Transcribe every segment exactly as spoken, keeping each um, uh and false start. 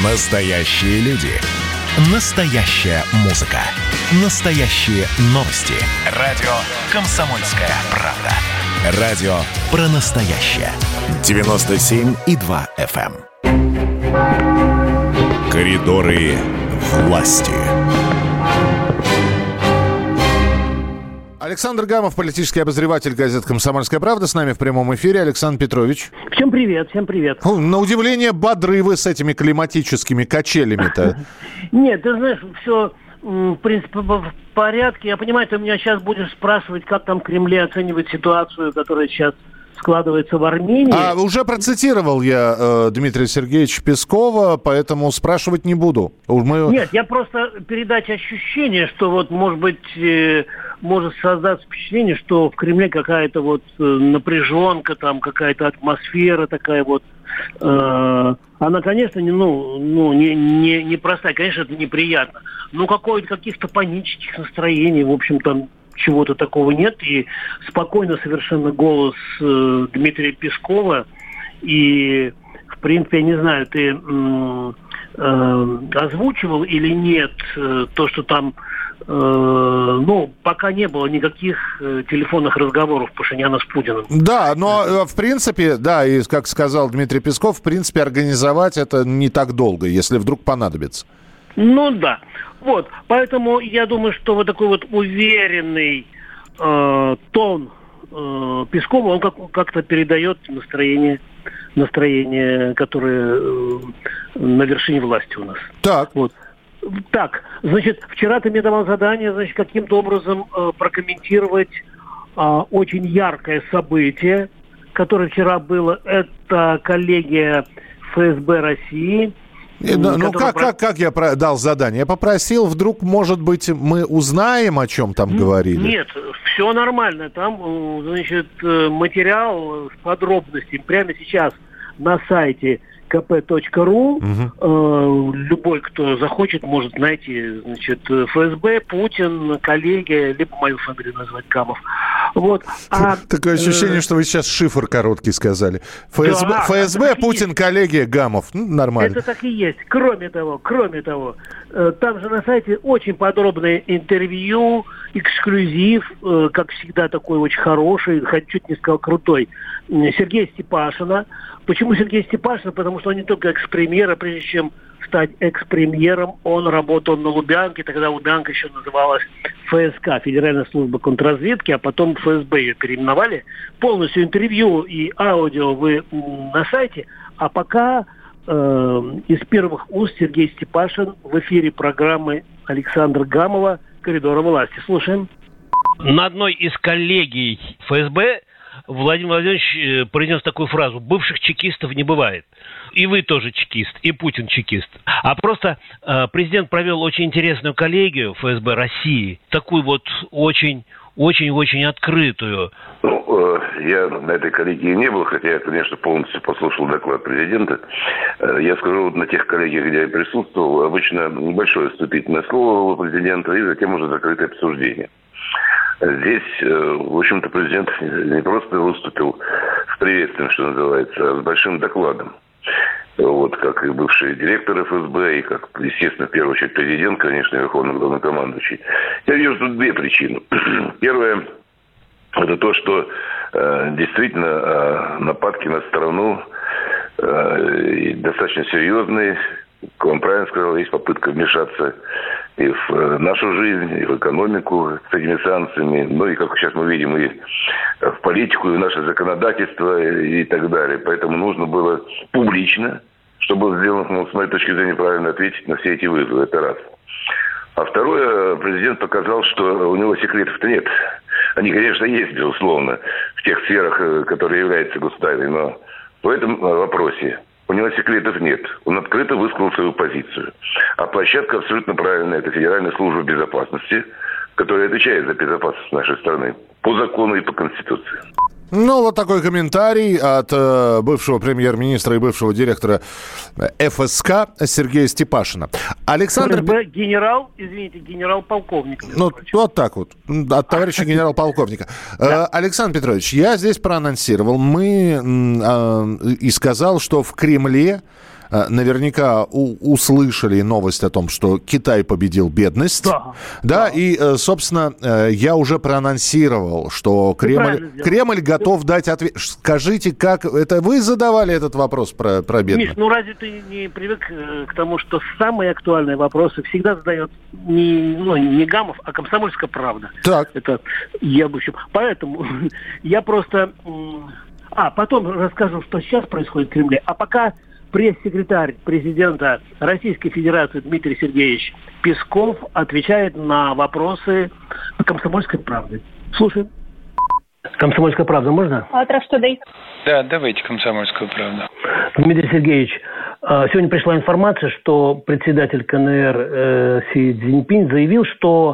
Настоящие люди. Настоящая музыка. Настоящие новости. Радио «Комсомольская правда». Радио про настоящее. девяносто семь и два эф эм. Коридоры власти. Александр Гамов, политический обозреватель газеты «Комсомольская правда», с нами в прямом эфире. Александр Петрович. Всем привет, всем привет. На удивление, бодры вы с этими климатическими качелями-то. Нет, ты знаешь, все, в принципе, в порядке. Я понимаю, ты меня сейчас будешь спрашивать, как там в Кремле оценивать ситуацию, которая сейчас складывается в Армении. А уже процитировал я э, Дмитрия Сергеевича Пескова, поэтому спрашивать не буду. Мы... Нет, я просто передать ощущение, что вот, может быть, э, может создаться впечатление, что в Кремле какая-то вот э, напряженка, там какая-то атмосфера такая вот. Э, она, конечно, не, ну, ну, не, не, не простая, конечно, это неприятно. Но какой-то каких-то панических настроений, в общем-то, чего-то такого нет, и спокойно совершенно голос э, Дмитрия Пескова, и, в принципе, я не знаю, ты э, э, озвучивал или нет э, то, что там, э, ну, пока не было никаких э, телефонных разговоров Пашиняна с Путиным. Да, но, э, в принципе, да, и, как сказал Дмитрий Песков, в принципе, организовать это не так долго, если вдруг понадобится. Ну, да. Вот, поэтому я думаю, что вот такой вот уверенный э, тон э, Пескова, он как, как-то передает настроение, настроение, которое э, на вершине власти у нас. Так. Вот. Так, значит, вчера ты мне давал задание, значит, каким-то образом э, прокомментировать э, очень яркое событие, которое вчера было. Это коллегия эф эс бэ России. Ну, ну как, как, как я про- дал задание? Я попросил, вдруг, может быть, мы узнаем, о чем там говорили? Нет, все нормально. Там, значит, материал с подробностями прямо сейчас на сайте ка пэ точка ру. Угу. Э, любой, кто захочет, может найти, значит, эф эс бэ, Путин, коллеги, либо мою фамилию назвать Гамов. Вот. А, Такое ощущение, э... что вы сейчас шифр короткий сказали. эф эс бэ, да, эф эс бэ Путин, коллеги, Гамов. Ну, нормально. Это так и есть. Кроме того, кроме того, э, там же на сайте очень подробное интервью, эксклюзив, э, как всегда, такой очень хороший, хоть чуть не сказал крутой, Сергея Степашина. Почему Сергей Степашин? Потому что он не только экс-премьер, а прежде чем стать экс-премьером, он работал на Лубянке, тогда Лубянка еще называлась эф эс ка, Федеральная служба контрразведки, а потом эф эс бэ ее переименовали. Полностью интервью и аудио вы на сайте, а пока э, из первых уст Сергей Степашин в эфире программы Александра Гамова «Коридоры власти». Слушаем. На одной из коллегий эф эс бэ Владимир Владимирович произнес такую фразу: «Бывших чекистов не бывает». И вы тоже чекист, и Путин чекист. А просто э, президент провел очень интересную коллегию эф эс бэ России, такую вот очень, очень-очень открытую. Ну, э, я на этой коллегии не был, хотя я, конечно, полностью послушал доклад президента. Э, я скажу, вот на тех коллегиях, где я присутствовал, обычно небольшое вступительное слово у президента, и затем уже закрытое обсуждение. Здесь, в общем-то, президент не просто выступил с приветствием, что называется, а с большим докладом. Вот, как и бывший директор эф эс бэ, и как, естественно, в первую очередь президент, конечно, верховный главнокомандующий. Я вижу тут две причины. Первое, это то, что э, действительно э, нападки на страну э, достаточно серьезные. Как он правильно сказал, есть попытка вмешаться и в нашу жизнь, и в экономику с этими санкциями, ну и, как сейчас мы видим, и в политику, и в наше законодательство, и так далее. Поэтому нужно было публично, чтобы сделано, ну, с моей точки зрения, правильно ответить на все эти вызовы. Это раз. А второе, президент показал, что у него секретов-то нет. Они, конечно, есть, безусловно, в тех сферах, которые являются государственными, но в этом вопросе у него секретов нет. Он открыто высказал свою позицию. А площадка абсолютно правильная. Это Федеральная служба безопасности, которая отвечает за безопасность нашей страны по закону и по Конституции. Ну, вот такой комментарий от э, бывшего премьер-министра и бывшего директора эф эс ка Сергея Степашина. Александр... эф эс бэ генерал, извините, генерал-полковник. Ну, вот так вот, от товарища генерал-полковника. Да. Александр Петрович, я здесь проанонсировал, мы э, и сказал, что в Кремле наверняка у, услышали новость о том, что Китай победил бедность. Да. Да, да. И, собственно, я уже проанонсировал, что Кремль, Кремль готов дать ответ. Скажите, как... Это вы задавали этот вопрос про, про бедность? Миш, ну разве ты не привык к тому, что самые актуальные вопросы всегда задает не, ну, не Гамов, а «Комсомольская правда». Так. Это я бы еще... Поэтому я просто... А, потом расскажу, что сейчас происходит в Кремле. А пока пресс-секретарь президента Российской Федерации Дмитрий Сергеевич Песков отвечает на вопросы «Комсомольской правды». Слушаем. «Комсомольская правда» можно? Утро, что дай. Да, давайте «Комсомольскую правду». Дмитрий Сергеевич, сегодня пришла информация, что председатель КНР Си Цзиньпинь заявил, что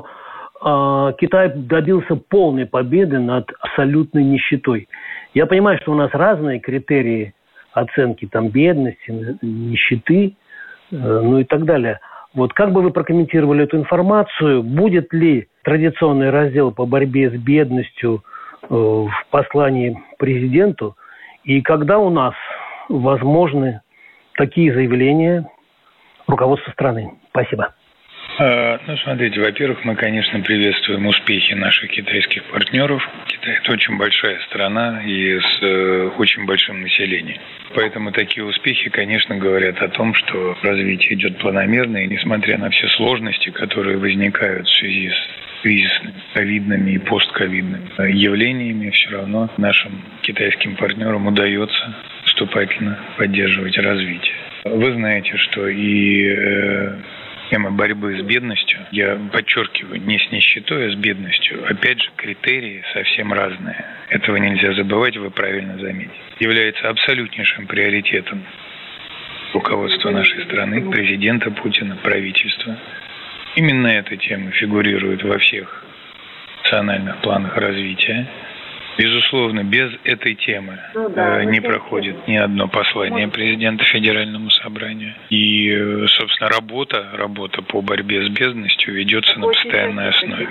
Китай добился полной победы над абсолютной нищетой. Я понимаю, что у нас разные критерии оценки там бедности, нищеты, ну и так далее. Вот как бы вы прокомментировали эту информацию? Будет ли традиционный раздел по борьбе с бедностью в послании президенту? И когда у нас возможны такие заявления руководства страны? Спасибо. Ну, смотрите, во-первых, мы, конечно, приветствуем успехи наших китайских партнеров. Китай – это очень большая страна и с э, очень большим населением. Поэтому такие успехи, конечно, говорят о том, что развитие идет планомерно, и несмотря на все сложности, которые возникают в связи с кризисными, ковидными и постковидными явлениями, все равно нашим китайским партнерам удается поступательно поддерживать развитие. Вы знаете, что и... Э, Тема борьбы с бедностью, я подчеркиваю, не с нищетой, а с бедностью. Опять же, критерии совсем разные. Этого нельзя забывать, вы правильно заметили. Является абсолютнейшим приоритетом руководства нашей страны, президента Путина, правительства. Именно эта тема фигурирует во всех национальных планах развития. Безусловно, без этой темы ну, да, э, не проходит ни одно послание президента Федеральному собранию. И, собственно, работа, работа по борьбе с бедностью ведется на постоянной основе.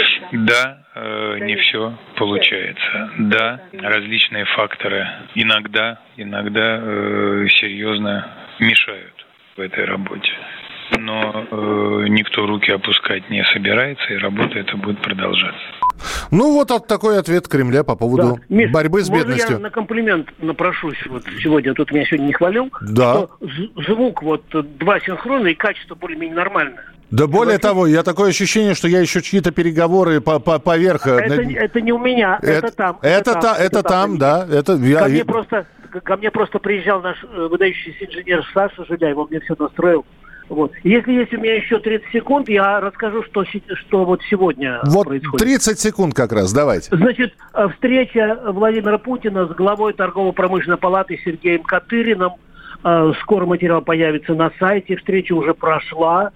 Да, э, не все получается. Да, различные факторы иногда, иногда э, серьезно мешают в этой работе. Но э, никто руки опускать не собирается, и работа эта будет продолжаться. Ну, вот от такой ответ Кремля по поводу да. Миш, борьбы с бедностью. Я на комплимент напрошусь вот сегодня, тут меня сегодня не хвалил, да. что звук вот два синхрона и качество более-менее нормальное. Да и более того, я такое ощущение, что я еще чьи-то переговоры по, по, поверх... Это, это не у меня, это, это там. Это, это, там, это, это там, там, да. Это, ко, я, мне я... Просто, ко мне просто приезжал наш выдающийся инженер Саша Жиляев, он мне все настроил. Вот. Если есть у меня еще тридцать секунд, я расскажу, что, что вот сегодня вот происходит. Вот тридцать секунд как раз, давайте. Значит, встреча Владимира Путина с главой торгово-промышленной палаты Сергеем Катыриным. Скоро материал появится на сайте. Встреча уже прошла.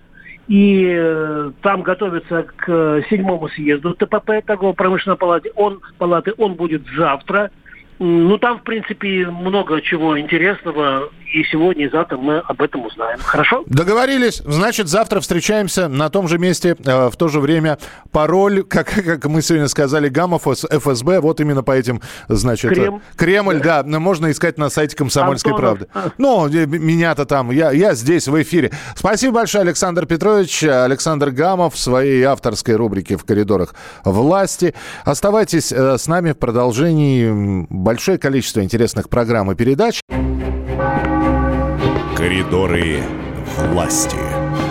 И там готовится к седьмому съезду ТПП, торгово-промышленной палаты. Он, палаты. Он будет завтра. Ну, там, в принципе, много чего интересного. И сегодня, и завтра мы об этом узнаем. Хорошо? Договорились. Значит, завтра встречаемся на том же месте. Э, в то же время пароль, как, как мы сегодня сказали, Гамов, эф эс бэ. Вот именно по этим, значит... Крем. Кремль, да. да. Можно искать на сайте «Комсомольской Антонов. правды». Ну, меня-то там. Я, я здесь, в эфире. Спасибо большое, Александр Петрович. Александр Гамов в своей авторской рубрике «В коридорах власти». Оставайтесь э, с нами в продолжении. Большое количество интересных программ и передач. Коридоры власти.